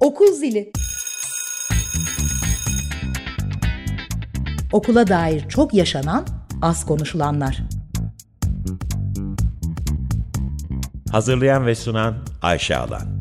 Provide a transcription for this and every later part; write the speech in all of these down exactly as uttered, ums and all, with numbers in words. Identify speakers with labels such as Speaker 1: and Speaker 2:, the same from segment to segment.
Speaker 1: Okul zili. Okula dair çok yaşanan, az konuşulanlar.
Speaker 2: Hazırlayan ve sunan Ayşe Alan.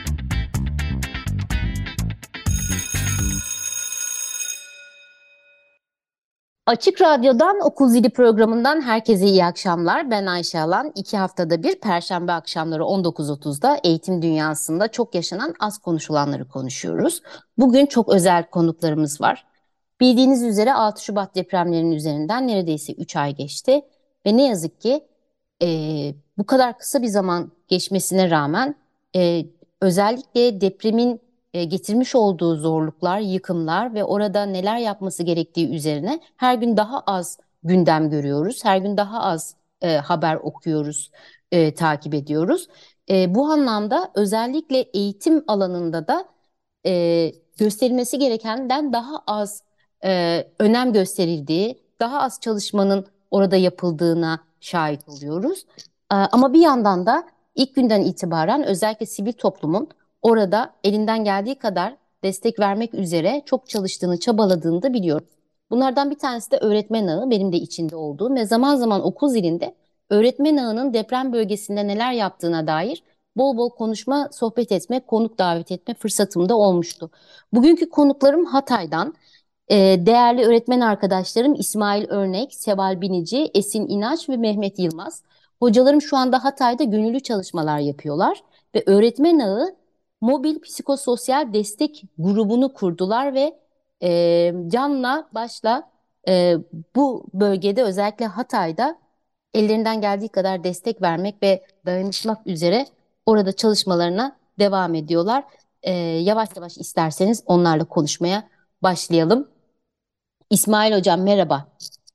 Speaker 3: Açık Radyo'dan Okul Zili programından herkese iyi akşamlar. Ben Ayşe Alan. İki haftada bir Perşembe akşamları on dokuz otuzda eğitim dünyasında çok yaşanan, az konuşulanları konuşuyoruz. Bugün çok özel konuklarımız var. Bildiğiniz üzere altı Şubat depremlerinin üzerinden neredeyse üç ay geçti. Ve ne yazık ki e, bu kadar kısa bir zaman geçmesine rağmen e, özellikle depremin e, getirmiş olduğu zorluklar, yıkımlar ve orada neler yapması gerektiği üzerine her gün daha az gündem görüyoruz. Her gün daha az e, haber okuyoruz, e, takip ediyoruz. E, bu anlamda özellikle eğitim alanında da e, gösterilmesi gerekenden daha az e, önem gösterildiği, daha az çalışmanın orada yapıldığına şahit oluyoruz. E, ama bir yandan da ilk günden itibaren özellikle sivil toplumun orada elinden geldiği kadar destek vermek üzere çok çalıştığını, çabaladığını da biliyorum. Bunlardan bir tanesi de öğretmen ağı, benim de içinde olduğum ve zaman zaman okul zilinde öğretmen ağının deprem bölgesinde neler yaptığına dair bol bol konuşma, sohbet etme, konuk davet etme fırsatım da olmuştu. Bugünkü konuklarım Hatay'dan. Ee, değerli öğretmen arkadaşlarım İsmail Örnek, Seval Binici, Esin İnaç ve Mehmet Yılmaz. Hocalarım şu anda Hatay'da gönüllü çalışmalar yapıyorlar ve öğretmen ağı mobil psikososyal destek grubunu kurdular ve e, canla başla e, bu bölgede özellikle Hatay'da ellerinden geldiği kadar destek vermek ve dayanışmak üzere orada çalışmalarına devam ediyorlar. E, yavaş yavaş isterseniz onlarla konuşmaya başlayalım. İsmail Hocam merhaba.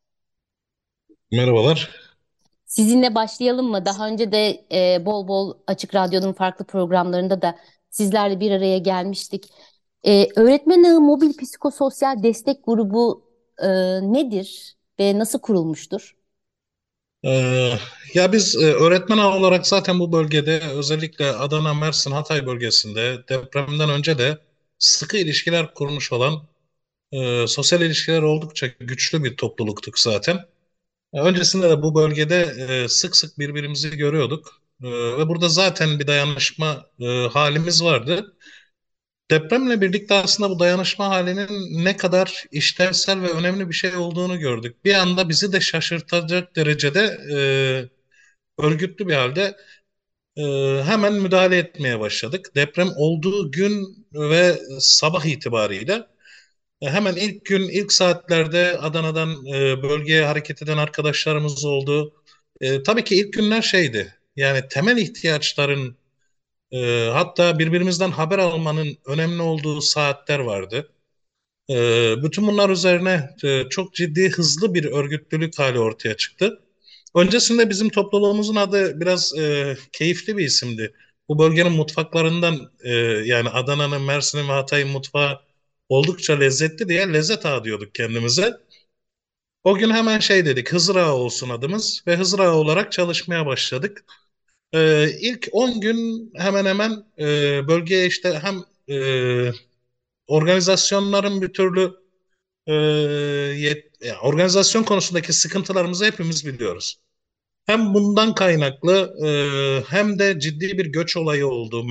Speaker 4: Merhabalar.
Speaker 3: Sizinle başlayalım mı? Daha önce de e, bol bol Açık Radyo'nun farklı programlarında da sizlerle bir araya gelmiştik. E, Öğretmen Ağı Mobil Psikososyal Destek Grubu e, nedir ve nasıl kurulmuştur?
Speaker 4: Ee, ya biz e, öğretmen ağı olarak zaten bu bölgede özellikle Adana, Mersin, Hatay bölgesinde depremden önce de sıkı ilişkiler kurmuş olan e, sosyal ilişkiler oldukça güçlü bir topluluktuk zaten. E, Öncesinde de bu bölgede e, sık sık birbirimizi görüyorduk. E, ve burada zaten bir dayanışma e, halimiz vardı. Depremle birlikte aslında bu dayanışma halinin ne kadar işlevsel ve önemli bir şey olduğunu gördük. Bir anda bizi de şaşırtacak derecede e, örgütlü bir halde e, hemen müdahale etmeye başladık. Deprem olduğu gün ve sabah itibariyle e, hemen ilk gün, ilk saatlerde Adana'dan e, bölgeye hareket eden arkadaşlarımız oldu. E, tabii ki ilk günler şeydi, yani temel ihtiyaçların e, hatta birbirimizden haber almanın önemli olduğu saatler vardı. E, bütün bunlar üzerine e, çok ciddi, hızlı bir örgütlülük hali ortaya çıktı. Öncesinde bizim topluluğumuzun adı biraz e, keyifli bir isimdi. Bu bölgenin mutfaklarından e, yani Adana'nın, Mersin'in ve Hatay'ın mutfağı oldukça lezzetli diye Lezzet Ağa diyorduk kendimize. O gün hemen şey dedik, Hızır Ağa olsun adımız ve Hızır Ağa olarak çalışmaya başladık. E, ilk on gün hemen hemen e, bölgeye işte hem e, organizasyonların bir türlü e, yet, yani organizasyon konusundaki sıkıntılarımızı hepimiz biliyoruz. Hem bundan kaynaklı e, hem de ciddi bir göç olayı oldu.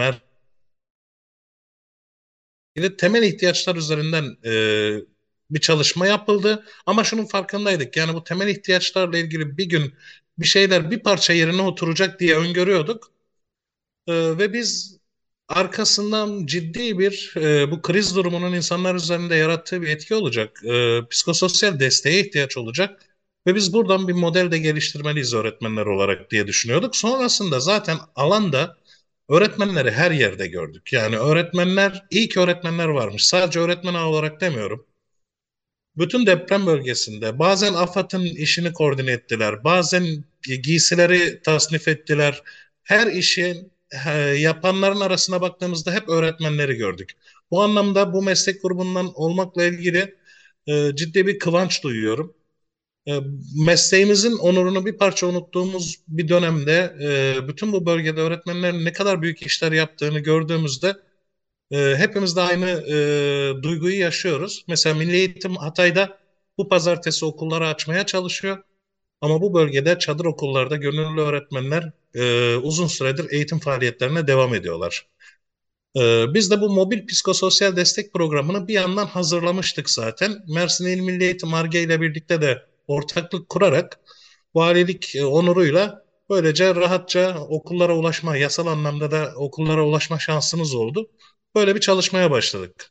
Speaker 4: Merkezde temel ihtiyaçlar üzerinden e, bir çalışma yapıldı. Ama şunun farkındaydık. Yani bu temel ihtiyaçlarla ilgili bir gün bir şeyler bir parça yerine oturacak diye öngörüyorduk. E, ve biz arkasından ciddi bir e, bu kriz durumunun insanlar üzerinde yarattığı bir etki olacak. E, psikososyal desteğe ihtiyaç olacak. Ve biz buradan bir model de geliştirmeliyiz öğretmenler olarak diye düşünüyorduk. Sonrasında zaten alanda öğretmenleri her yerde gördük. Yani öğretmenler, iyi ki öğretmenler varmış. Sadece öğretmen ağı olarak demiyorum. Bütün deprem bölgesinde bazen AFAD'ın işini koordine ettiler. Bazen giysileri tasnif ettiler. Her işi e, yapanların arasına baktığımızda hep öğretmenleri gördük. Bu anlamda bu meslek grubundan olmakla ilgili e, ciddi bir kıvanç duyuyorum. E, mesleğimizin onurunu bir parça unuttuğumuz bir dönemde e, bütün bu bölgede öğretmenlerin ne kadar büyük işler yaptığını gördüğümüzde E, hepimiz de aynı e, duyguyu yaşıyoruz. Mesela Milli Eğitim Hatay'da bu pazartesi okulları açmaya çalışıyor. Ama bu bölgede çadır okullarda gönüllü öğretmenler e, uzun süredir eğitim faaliyetlerine devam ediyorlar. E, biz de bu mobil psikososyal destek programını bir yandan hazırlamıştık zaten. Mersin İl Milli Eğitim Ar-Ge ile birlikte de ortaklık kurarak valilik e, onuruyla böylece rahatça okullara ulaşma, yasal anlamda da okullara ulaşma şansımız oldu. Böyle bir çalışmaya başladık.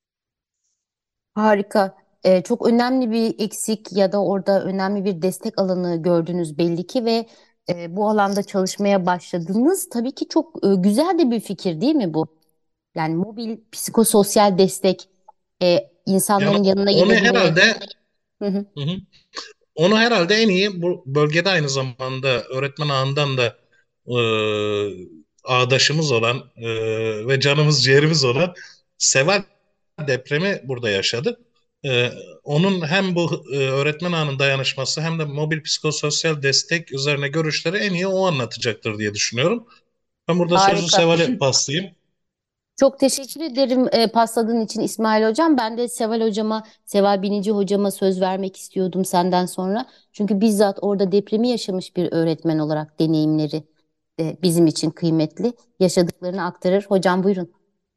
Speaker 3: Harika. Ee, çok önemli bir eksik ya da orada önemli bir destek alanı gördünüz belli ki ve e, bu alanda çalışmaya başladınız. Tabii ki çok e, güzel de bir fikir değil mi bu? Yani mobil psikososyal destek e,
Speaker 4: Yani
Speaker 3: insanların yanına
Speaker 4: onu
Speaker 3: gidebilmeye.
Speaker 4: herhalde
Speaker 3: Hı hı.
Speaker 4: hı hı. Onu herhalde en iyi bu bölgede aynı zamanda öğretmen ağından da e, ağdaşımız olan e, ve canımız ciğerimiz olan Seval depremi burada yaşadı. E, onun hem bu e, öğretmen ağının dayanışması hem de mobil psikososyal destek üzerine görüşleri en iyi o anlatacaktır diye düşünüyorum. Ben burada sözü
Speaker 3: Harika.
Speaker 4: Seval'e paslayayım.
Speaker 3: Çok teşekkür ederim e, pasladığın için İsmail Hocam. Ben de Seval Hocama, Seval Binici Hocama söz vermek istiyordum senden sonra. Çünkü bizzat orada depremi yaşamış bir öğretmen olarak deneyimleri e, bizim için kıymetli. Yaşadıklarını aktarır. Hocam buyurun.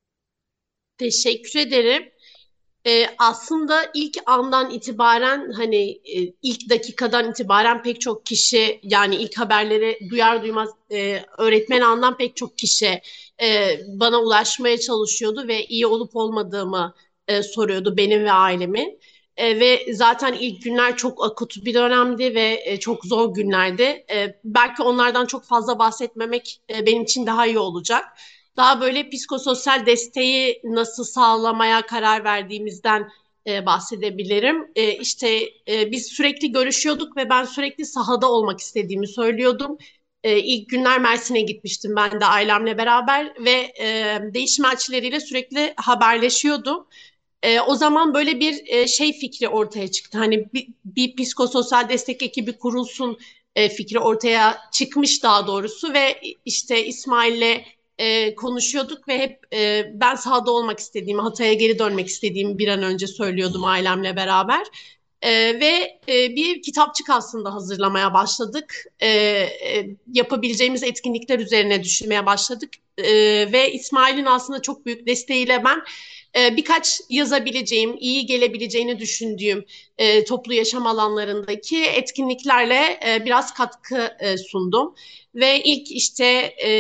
Speaker 5: Teşekkür ederim. Ee, aslında ilk andan itibaren hani e, ilk dakikadan itibaren pek çok kişi yani ilk haberleri duyar duymaz e, öğretmen ağından pek çok kişi e, bana ulaşmaya çalışıyordu ve iyi olup olmadığımı e, soruyordu benim ve ailemin. E, ve zaten ilk günler çok akut bir dönemdi ve e, çok zor günlerdi. E, belki onlardan çok fazla bahsetmemek e, benim için daha iyi olacak. Daha böyle psikososyal desteği nasıl sağlamaya karar verdiğimizden e, bahsedebilirim. E, işte e, biz sürekli görüşüyorduk ve ben sürekli sahada olmak istediğimi söylüyordum. E, ilk günler Mersin'e gitmiştim ben de ailemle beraber ve e, değişim elçileriyle sürekli haberleşiyordum. E, o zaman böyle bir e, şey fikri ortaya çıktı. Hani bir, bir psikososyal destek ekibi kurulsun e, fikri ortaya çıkmış daha doğrusu ve işte İsmail'le e, konuşuyorduk ve hep e, ben sahada olmak istediğimi, Hatay'a geri dönmek istediğimi bir an önce söylüyordum ailemle beraber. E, ve e, bir kitapçık aslında hazırlamaya başladık. E, e, yapabileceğimiz etkinlikler üzerine düşünmeye başladık. E, ve İsmail'in aslında çok büyük desteğiyle ben e, birkaç yazabileceğim, iyi gelebileceğini düşündüğüm e, toplu yaşam alanlarındaki etkinliklerle e, biraz katkı e, sundum. Ve ilk işte e,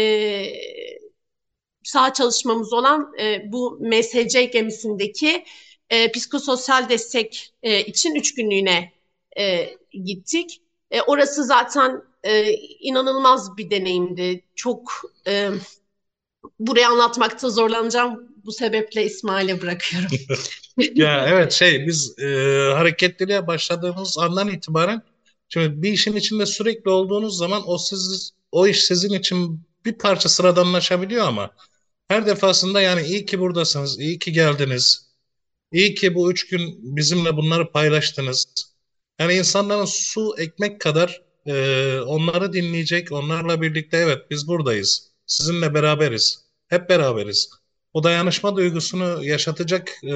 Speaker 5: saha çalışmamız olan e, bu M S C gemisindeki e, psikososyal destek e, için üç günlüğüne e, gittik. E, orası zaten e, inanılmaz bir deneyimdi. Çok e, buraya anlatmakta zorlanacağım. Bu sebeple İsmail'e bırakıyorum.
Speaker 4: Ya evet şey biz e, hareketliliğe başladığımız andan itibaren şimdi bir işin içinde sürekli olduğunuz zaman o siz o iş sizin için bir parça sıradanlaşabiliyor ama her defasında yani iyi ki buradasınız, iyi ki geldiniz, iyi ki bu üç gün bizimle bunları paylaştınız. Yani insanların su ekmek kadar e, onları dinleyecek, onlarla birlikte evet biz buradayız, sizinle beraberiz, hep beraberiz. O dayanışma duygusunu yaşatacak e,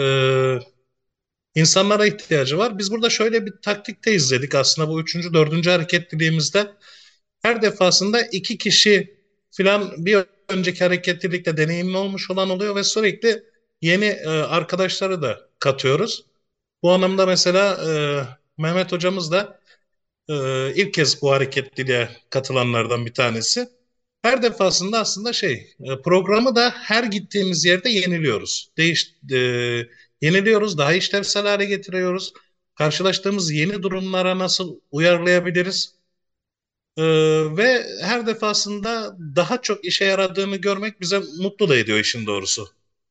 Speaker 4: insanlara ihtiyacı var. Biz burada şöyle bir taktikte izledik aslında bu üçüncü, dördüncü hareketliliğimizde. Her defasında iki kişi filan bir önceki hareketlilikte deneyimli olmuş olan oluyor ve sürekli yeni e, arkadaşları da katıyoruz. Bu anlamda mesela e, Mehmet hocamız da e, ilk kez bu hareketliliğe katılanlardan bir tanesi. Her defasında aslında şey e, programı da her gittiğimiz yerde yeniliyoruz. Değiş, e, yeniliyoruz, daha işlevsel hale getiriyoruz. Karşılaştığımız yeni durumlara nasıl uyarlayabiliriz? E, ve her defasında daha çok işe yaradığını görmek bize mutlu da ediyor işin doğrusu.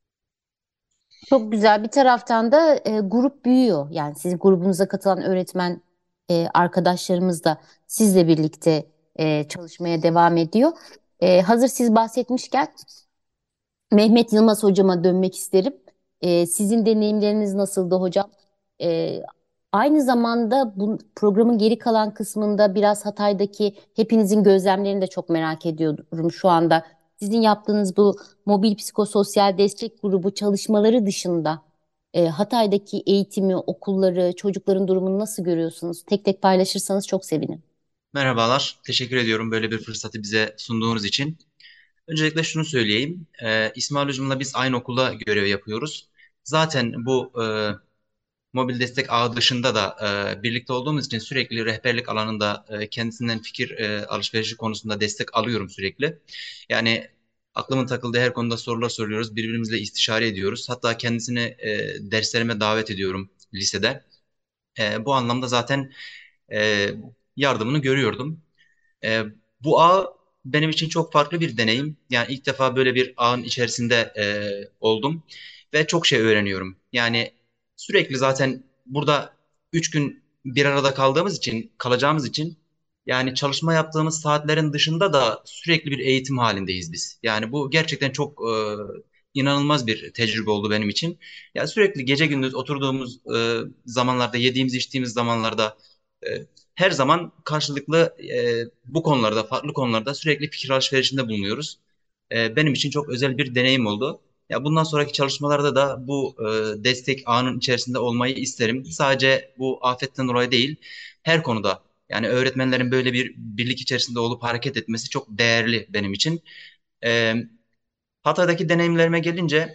Speaker 3: Çok güzel. Bir taraftan da e, grup büyüyor. Yani siz grubunuza katılan öğretmen e, arkadaşlarımız da sizle birlikte e, çalışmaya devam ediyor. E, hazır siz bahsetmişken Mehmet Yılmaz hocama dönmek isterim. E, sizin deneyimleriniz nasıldı hocam? E, Aynı zamanda bu programın geri kalan kısmında biraz Hatay'daki hepinizin gözlemlerini de çok merak ediyorum şu anda Sizin yaptığınız bu mobil psikososyal destek grubu çalışmaları dışında e, Hatay'daki eğitimi, okulları, çocukların durumunu nasıl görüyorsunuz? Tek tek paylaşırsanız çok sevinirim.
Speaker 6: Merhabalar, teşekkür ediyorum böyle bir fırsatı bize sunduğunuz için. Öncelikle şunu söyleyeyim, ee, İsmail Hocam'la biz aynı okulda görev yapıyoruz. Zaten bu e, mobil destek ağı dışında da e, birlikte olduğumuz için sürekli rehberlik alanında e, kendisinden fikir e, alışverişi konusunda destek alıyorum sürekli. Yani aklımın takıldığı her konuda sorular soruyoruz, birbirimizle istişare ediyoruz. Hatta kendisini e, derslerime davet ediyorum lisede. E, bu anlamda zaten e, yardımını görüyordum. E, Bu ağ benim için çok farklı bir deneyim. Yani ilk defa böyle bir ağın içerisinde e, oldum ve çok şey öğreniyorum. Yani sürekli zaten burada üç gün bir arada kaldığımız için, kalacağımız için yani çalışma yaptığımız saatlerin dışında da sürekli bir eğitim halindeyiz biz. Yani bu gerçekten çok e, inanılmaz bir tecrübe oldu benim için. Yani sürekli gece gündüz oturduğumuz e, zamanlarda, yediğimiz içtiğimiz zamanlarda e, her zaman karşılıklı e, bu konularda, farklı konularda sürekli fikir alışverişinde bulunuyoruz. E, benim için çok özel bir deneyim oldu. Ya bundan sonraki çalışmalarda da bu e, destek ağının içerisinde olmayı isterim. Sadece bu afetten dolayı değil, her konuda. Yani öğretmenlerin böyle bir birlik içerisinde olup hareket etmesi çok değerli benim için. E, Hatay'daki deneyimlerime gelince,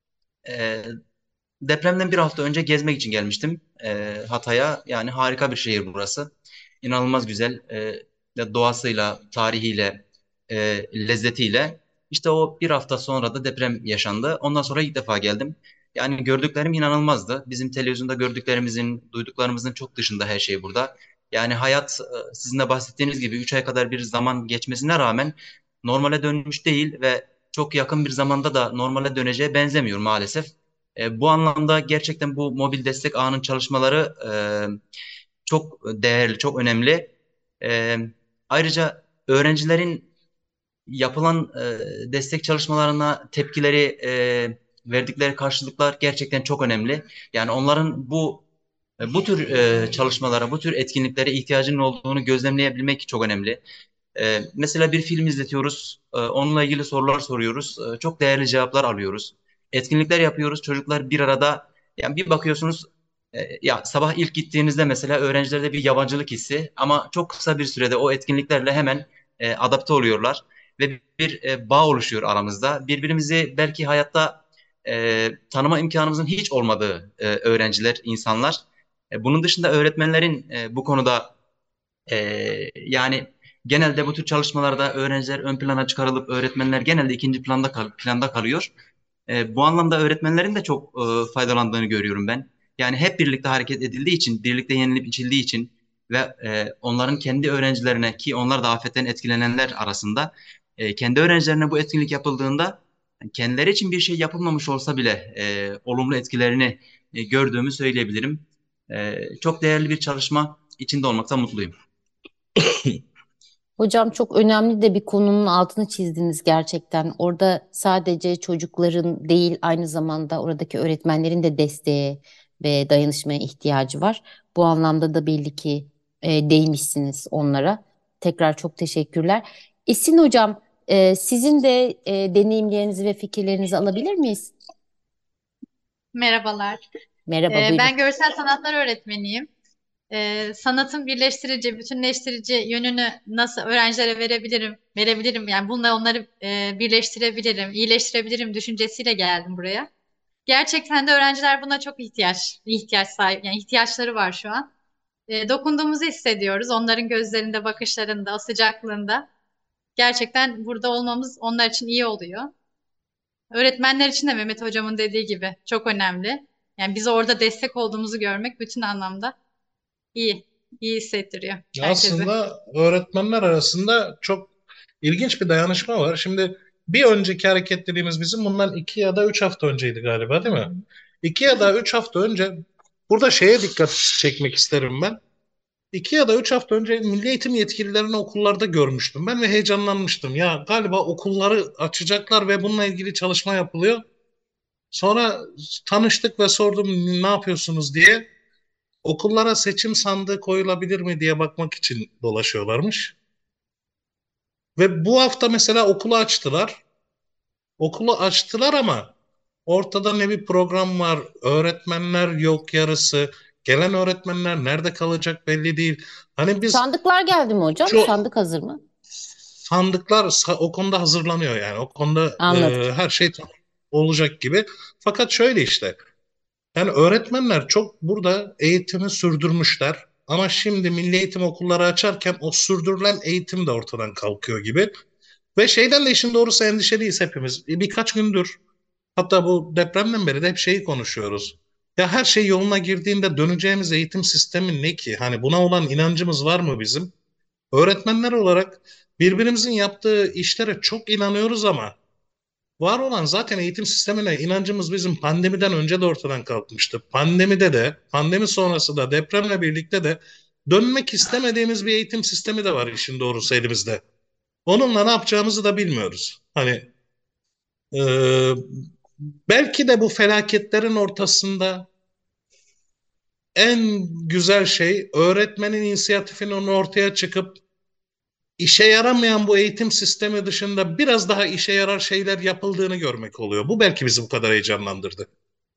Speaker 6: e, depremden bir hafta önce gezmek için gelmiştim e, Hatay'a. Yani harika bir şehir burası. İnanılmaz güzel. E, doğasıyla, tarihiyle, e, lezzetiyle. İşte o bir hafta sonra da deprem yaşandı. Ondan sonra ilk defa geldim. Yani gördüklerim inanılmazdı. Bizim televizyonda gördüklerimizin, duyduklarımızın çok dışında her şey burada. Yani hayat e, sizin de bahsettiğiniz gibi üç ay kadar bir zaman geçmesine rağmen normale dönmüş değil ve çok yakın bir zamanda da normale döneceğe benzemiyor maalesef. E, bu anlamda gerçekten bu mobil destek ağının çalışmaları e, çok değerli, çok önemli. E, Ayrıca öğrencilerin yapılan e, destek çalışmalarına tepkileri, e, verdikleri karşılıklar gerçekten çok önemli. Yani onların bu e, bu tür e, çalışmalara, bu tür etkinliklere ihtiyacının olduğunu gözlemleyebilmek çok önemli. Ee, mesela bir film izletiyoruz, e, onunla ilgili sorular soruyoruz, e, çok değerli cevaplar alıyoruz. Etkinlikler yapıyoruz, çocuklar bir arada. Yani bir bakıyorsunuz, e, ya sabah ilk gittiğinizde mesela öğrencilerde bir yabancılık hissi, ama çok kısa bir sürede o etkinliklerle hemen e, adapte oluyorlar ve bir e, bağ oluşuyor aramızda. Birbirimizi belki hayatta e, tanıma imkanımızın hiç olmadığı e, öğrenciler, insanlar. E, bunun dışında öğretmenlerin e, bu konuda ee, yani genelde bu tür çalışmalarda öğrenciler ön plana çıkarılıp öğretmenler genelde ikinci planda kal planda kalıyor. Ee, bu anlamda öğretmenlerin de çok e, faydalandığını görüyorum ben. Yani hep birlikte hareket edildiği için, birlikte yenilip içildiği için ve e, onların kendi öğrencilerine, ki onlar da afetten etkilenenler arasında, e, kendi öğrencilerine bu etkinlik yapıldığında kendileri için bir şey yapılmamış olsa bile e, olumlu etkilerini e, gördüğümü söyleyebilirim. E, çok değerli bir çalışma içinde olmaktan mutluyum.
Speaker 3: Hocam çok önemli de bir konunun altını çizdiniz gerçekten. Orada sadece çocukların değil, aynı zamanda oradaki öğretmenlerin de desteğe ve dayanışmaya ihtiyacı var. Bu anlamda da belli ki e, değmişsiniz onlara. Tekrar çok teşekkürler. Esin Hocam, e, sizin de e, deneyimlerinizi ve fikirlerinizi alabilir miyiz?
Speaker 7: Merhabalar.
Speaker 3: Merhaba,
Speaker 7: Ee,
Speaker 3: buyurun.
Speaker 7: ben görsel sanatlar öğretmeniyim. Ee, sanatın birleştirici, bütünleştirici yönünü nasıl öğrencilere verebilirim, verebilirim yani bununla onları e, birleştirebilirim, iyileştirebilirim düşüncesiyle geldim buraya. Gerçekten de öğrenciler buna çok ihtiyaç, ihtiyaç sahip, yani ihtiyaçları var şu an. E, dokunduğumuzu hissediyoruz, onların gözlerinde, bakışlarında, o sıcaklığında. Gerçekten burada olmamız onlar için iyi oluyor. Öğretmenler için de Mehmet Hocam'ın dediği gibi çok önemli. Yani biz orada destek olduğumuzu görmek bütün anlamda iyi, iyi hissettiriyor herkese.
Speaker 4: Aslında öğretmenler arasında çok ilginç bir dayanışma var. Şimdi bir önceki hareketliliğimiz bizim bundan iki ya da üç hafta önceydi galiba, değil mi? İki ya da üç hafta önce burada şeye dikkat çekmek isterim ben. İki ya da üç hafta önce milli eğitim yetkililerini okullarda görmüştüm ben ve heyecanlanmıştım. Ya galiba okulları açacaklar ve bununla ilgili çalışma yapılıyor. Sonra tanıştık ve sordum ne yapıyorsunuz diye. Okullara seçim sandığı koyulabilir mi diye bakmak için dolaşıyorlarmış. Ve bu hafta mesela okulu açtılar. Okulu açtılar ama ortada ne bir program var, öğretmenler yok yarısı, gelen öğretmenler nerede kalacak belli değil. Hani biz
Speaker 3: Sandıklar geldi mi hocam?
Speaker 4: çok
Speaker 3: Sandık hazır mı?
Speaker 4: sandıklar sa- o konuda hazırlanıyor yani o konuda
Speaker 3: Anladım.
Speaker 4: e, her şey tamam olacak gibi. Fakat şöyle işte yani öğretmenler çok burada eğitimi sürdürmüşler ama şimdi milli eğitim okulları açarken o sürdürülen eğitim de ortadan kalkıyor gibi. Ve şeyden de işin doğrusu endişeliyiz hepimiz. E, Birkaç gündür hatta bu depremden beri de hep şeyi konuşuyoruz. Ya her şey yoluna girdiğinde döneceğimiz eğitim sistemi ne ki? Hani buna olan inancımız var mı bizim? Öğretmenler olarak birbirimizin yaptığı işlere çok inanıyoruz ama var olan zaten eğitim sistemine inancımız bizim pandemiden önce de ortadan kalkmıştı. Pandemide de, pandemi sonrası da depremle birlikte de dönmek istemediğimiz bir eğitim sistemi de var işin doğrusu elimizde. Onunla ne yapacağımızı da bilmiyoruz. Hani e, belki de bu felaketlerin ortasında en güzel şey öğretmenin inisiyatifinin ortaya çıkıp işe yaramayan bu eğitim sistemi dışında biraz daha işe yarar şeyler yapıldığını görmek oluyor. Bu belki bizi bu kadar heyecanlandırdı.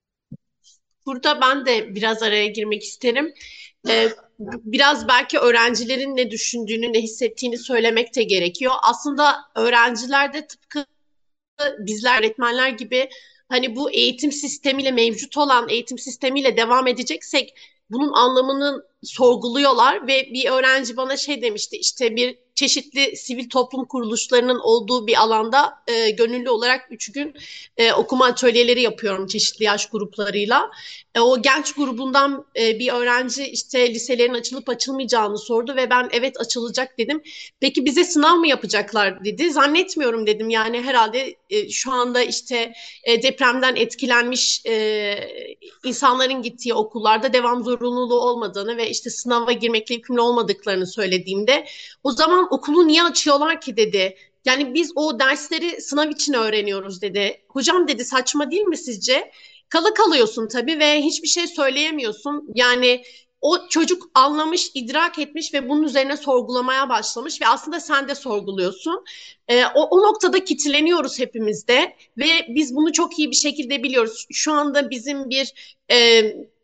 Speaker 5: Burada ben de biraz araya girmek isterim. Ee, Biraz belki öğrencilerin ne düşündüğünü, ne hissettiğini söylemek de gerekiyor. Aslında öğrenciler de tıpkı bizler öğretmenler gibi hani bu eğitim sistemiyle mevcut olan eğitim sistemiyle devam edeceksek bunun anlamını sorguluyorlar ve bir öğrenci bana şey demişti işte bir çeşitli sivil toplum kuruluşlarının olduğu bir alanda e, gönüllü olarak üç gün e, okuma atölyeleri yapıyorum çeşitli yaş gruplarıyla. E, o genç grubundan e, bir öğrenci işte liselerin açılıp açılmayacağını sordu ve ben evet açılacak dedim. Peki bize sınav mı yapacaklar dedi. Zannetmiyorum dedim. Yani herhalde e, şu anda işte e, depremden etkilenmiş e, insanların gittiği okullarda devam zorunluluğu olmadığını ve işte sınava girmekle yükümlü olmadıklarını söylediğimde o zaman okulu niye açıyorlar ki dedi. Yani biz o dersleri sınav için öğreniyoruz dedi. Hocam dedi saçma değil mi sizce? Kala kalıyorsun tabii ve hiçbir şey söyleyemiyorsun. Yani o çocuk anlamış, idrak etmiş ve bunun üzerine sorgulamaya başlamış ve aslında sen de sorguluyorsun. Ee, o, o noktada kilitleniyoruz hepimiz de ve biz bunu çok iyi bir şekilde biliyoruz. Şu anda bizim bir e,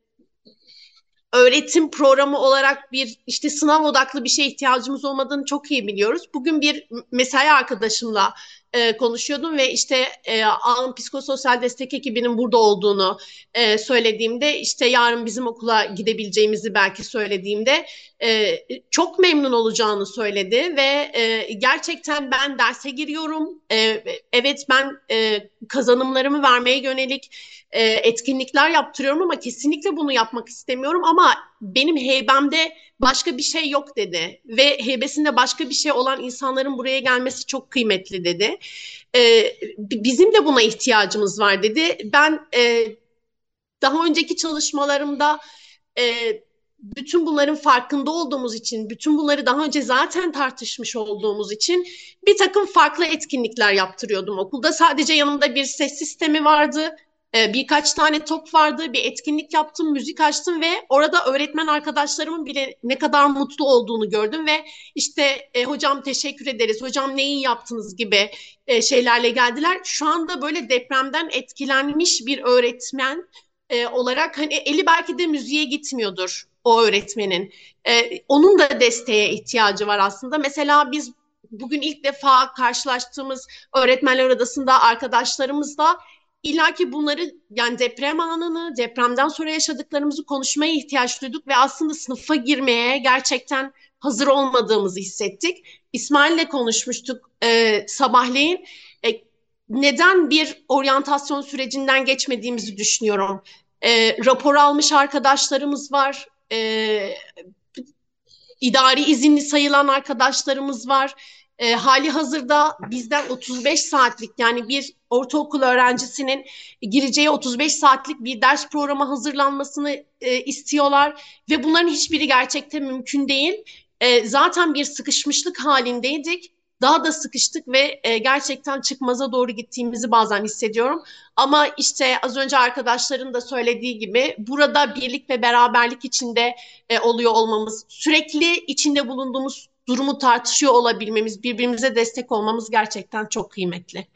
Speaker 5: öğretim programı olarak bir işte sınav odaklı bir şeye ihtiyacımız olmadığını çok iyi biliyoruz. Bugün bir mesai arkadaşımla e, konuşuyordum ve işte e, Ağın Psikososyal Destek ekibinin burada olduğunu e, söylediğimde işte yarın bizim okula gidebileceğimizi belki söylediğimde e, çok memnun olacağını söyledi ve e, gerçekten ben derse giriyorum. E, evet ben e, kazanımlarımı vermeye yönelik e, etkinlikler yaptırıyorum ama kesinlikle bunu yapmak istemiyorum ama benim heybemde başka bir şey yok dedi ve heybesinde başka bir şey olan insanların buraya gelmesi çok kıymetli dedi. E, Bizim de buna ihtiyacımız var dedi. Ben e, daha önceki çalışmalarımda e, bütün bunların farkında olduğumuz için, bütün bunları daha önce zaten tartışmış olduğumuz için bir takım farklı etkinlikler yaptırıyordum okulda. Sadece yanımda bir ses sistemi vardı. E, birkaç tane top vardı, bir etkinlik yaptım, müzik açtım ve orada öğretmen arkadaşlarımın bile ne kadar mutlu olduğunu gördüm ve işte e, hocam teşekkür ederiz, hocam ne iyi yaptınız gibi e, şeylerle geldiler. Şu anda böyle depremden etkilenmiş bir öğretmen e, olarak hani eli belki de müziğe gitmiyordur o öğretmenin. E, onun da desteğe ihtiyacı var aslında. Mesela biz bugün ilk defa karşılaştığımız öğretmenler odasında arkadaşlarımızla illaki bunları yani deprem anını, depremden sonra yaşadıklarımızı konuşmaya ihtiyaç duyduk ve aslında sınıfa girmeye gerçekten hazır olmadığımızı hissettik. İsmail'le konuşmuştuk e, sabahleyin. E, Neden bir oryantasyon sürecinden geçmediğimizi düşünüyorum. E, rapor almış arkadaşlarımız var. E, idari izinli sayılan arkadaşlarımız var. E, hali hazırda bizden otuz beş saatlik yani bir ortaokul öğrencisinin gireceği otuz beş saatlik bir ders programı hazırlanmasını e, istiyorlar ve bunların hiçbiri gerçekten mümkün değil. E, zaten bir sıkışmışlık halindeydik. Daha da sıkıştık ve e, gerçekten çıkmaza doğru gittiğimizi bazen hissediyorum. Ama işte az önce arkadaşların da söylediği gibi burada birlik ve beraberlik içinde e, oluyor olmamız, sürekli içinde bulunduğumuz durumu tartışıyor olabilmemiz, birbirimize destek olmamız gerçekten çok kıymetli.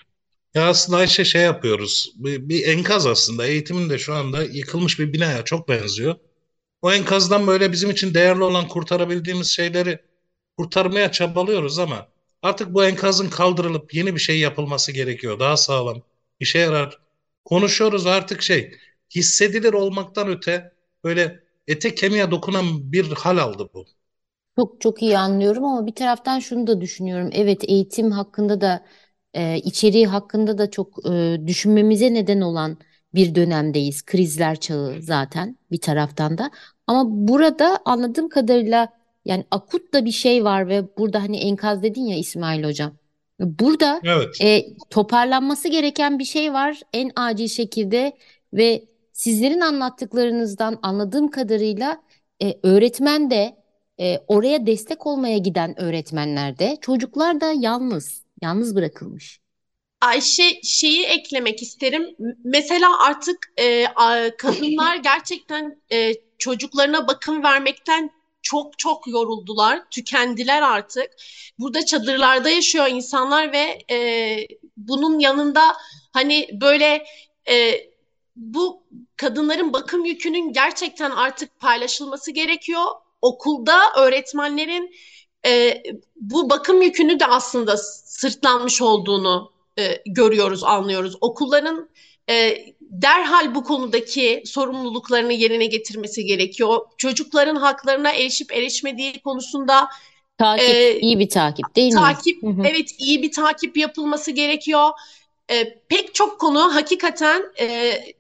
Speaker 4: Ya aslında Ayşe şey yapıyoruz. Bir, bir enkaz aslında. Eğitimin de şu anda yıkılmış bir binaya çok benziyor. O enkazdan böyle bizim için değerli olan kurtarabildiğimiz şeyleri kurtarmaya çabalıyoruz ama artık bu enkazın kaldırılıp yeni bir şey yapılması gerekiyor. Daha sağlam, işe yarar. Konuşuyoruz artık şey hissedilir olmaktan öte böyle ete kemiğe dokunan bir hal aldı bu.
Speaker 3: Çok çok iyi anlıyorum ama bir taraftan şunu da düşünüyorum. Evet, eğitim hakkında da e, içeriği hakkında da çok e, düşünmemize neden olan bir dönemdeyiz. Krizler çağı zaten bir taraftan da. Ama burada anladığım kadarıyla yani akut da bir şey var ve burada hani enkaz dedin ya İsmail Hocam. Burada
Speaker 4: Evet.
Speaker 3: e, toparlanması gereken bir şey var en acil şekilde ve sizlerin anlattıklarınızdan anladığım kadarıyla e, öğretmen de e, oraya destek olmaya giden öğretmenler de çocuklar da yalnız, yalnız bırakılmış.
Speaker 5: Ayşe şeyi eklemek isterim. M- Mesela artık e, a- kadınlar gerçekten e, çocuklarına bakım vermekten çok çok yoruldular, tükendiler artık. Burada çadırlarda yaşıyor insanlar ve e, bunun yanında hani böyle e, bu kadınların bakım yükünün gerçekten artık paylaşılması gerekiyor. Okulda öğretmenlerin e, bu bakım yükünü de aslında sırtlanmış olduğunu e, görüyoruz, anlıyoruz. Okulların e, derhal bu konudaki sorumluluklarını yerine getirmesi gerekiyor. Çocukların haklarına erişip erişmediği konusunda
Speaker 3: Takip,
Speaker 5: e,
Speaker 3: iyi bir takip değil mi?
Speaker 5: takip,
Speaker 3: Hı hı.
Speaker 5: evet iyi bir takip yapılması gerekiyor. E, pek çok konu hakikaten e, e,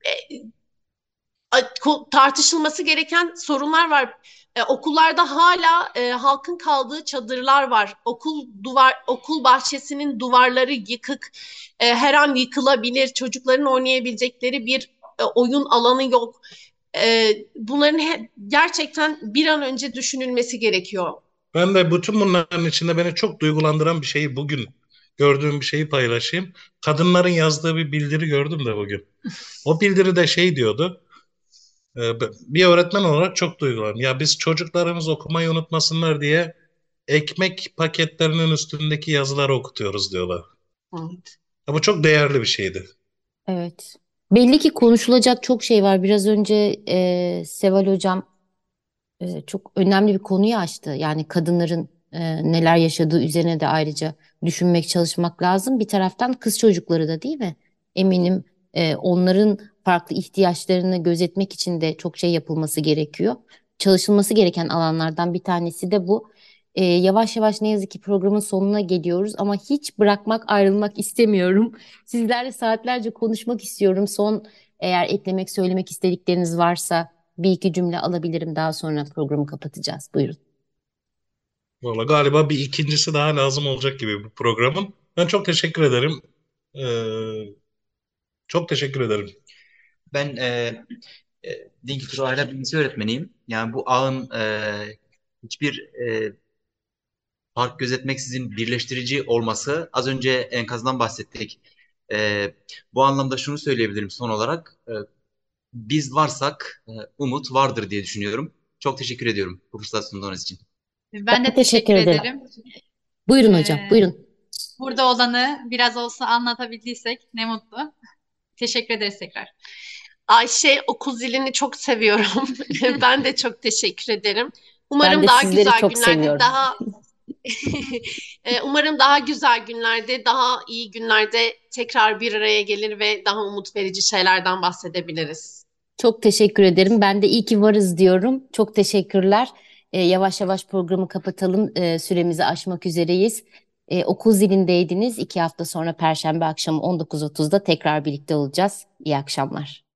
Speaker 5: tartışılması gereken sorunlar var. E, okullarda hala e, halkın kaldığı çadırlar var. Okul duvar okul bahçesinin duvarları yıkık. E, her an yıkılabilir. Çocukların oynayabilecekleri bir e, oyun alanı yok. E, bunların he- gerçekten bir an önce düşünülmesi gerekiyor.
Speaker 4: Ben de bütün bunların içinde beni çok duygulandıran bir şeyi bugün gördüğüm bir şeyi paylaşayım. Kadınların yazdığı bir bildiri gördüm de bugün. O bildiride şey diyordu. e, Bir öğretmen olarak çok duygulandım. Ya biz çocuklarımız okumayı unutmasınlar diye ekmek paketlerinin üstündeki yazıları okutuyoruz diyorlar.
Speaker 5: Evet.
Speaker 4: Ya bu çok değerli bir şeydi.
Speaker 3: Evet. Belli ki konuşulacak çok şey var. Biraz önce e, Seval Hocam e, çok önemli bir konuyu açtı. Yani kadınların e, neler yaşadığı üzerine de ayrıca düşünmek, çalışmak lazım. Bir taraftan kız çocukları da değil mi? Eminim e, onların farklı ihtiyaçlarını gözetmek için de çok şey yapılması gerekiyor. Çalışılması gereken alanlardan bir tanesi de bu. E, yavaş yavaş ne yazık ki programın sonuna geliyoruz ama hiç bırakmak, ayrılmak istemiyorum. Sizlerle saatlerce konuşmak istiyorum. Son eğer eklemek, söylemek istedikleriniz varsa bir iki cümle alabilirim. Daha sonra programı kapatacağız. Buyurun.
Speaker 4: Valla galiba bir ikincisi daha lazım olacak gibi bu programın. Ben çok teşekkür ederim. Ee, çok teşekkür ederim.
Speaker 6: Ben e, e, din kültürü ahlak bilgisi öğretmeniyim. Yani bu ağın e, hiçbir e, fark gözetmeksizin birleştirici olması, az önce enkazdan bahsettik. E, Bu anlamda şunu söyleyebilirim son olarak. E, biz varsak e, umut vardır diye düşünüyorum. Çok teşekkür ediyorum bu fırsat sunduğunuz için.
Speaker 7: Ben de
Speaker 3: Teşekkür
Speaker 7: teşekkür
Speaker 3: ederim.
Speaker 7: ederim.
Speaker 3: Buyurun hocam,
Speaker 7: Ee,
Speaker 3: buyurun.
Speaker 7: Burada olanı biraz olsa anlatabildiysek ne mutlu. Teşekkür ederiz tekrar.
Speaker 5: Ayşe okul zilini çok seviyorum. Ben de çok teşekkür ederim.
Speaker 3: Ben
Speaker 5: Umarım
Speaker 3: de
Speaker 5: daha
Speaker 3: sizleri
Speaker 5: güzel
Speaker 3: çok
Speaker 5: günlerde
Speaker 3: seviyorum.
Speaker 5: daha E, umarım daha güzel günlerde, daha iyi günlerde tekrar bir araya gelir ve daha umut verici şeylerden bahsedebiliriz.
Speaker 3: Çok teşekkür ederim. Ben de iyi ki varız diyorum. Çok teşekkürler. Ee, yavaş yavaş programı kapatalım. Ee, süremizi aşmak üzereyiz. Ee, okul zilindeydiniz. İki hafta sonra Perşembe akşamı on dokuz otuzda tekrar birlikte olacağız. İyi akşamlar.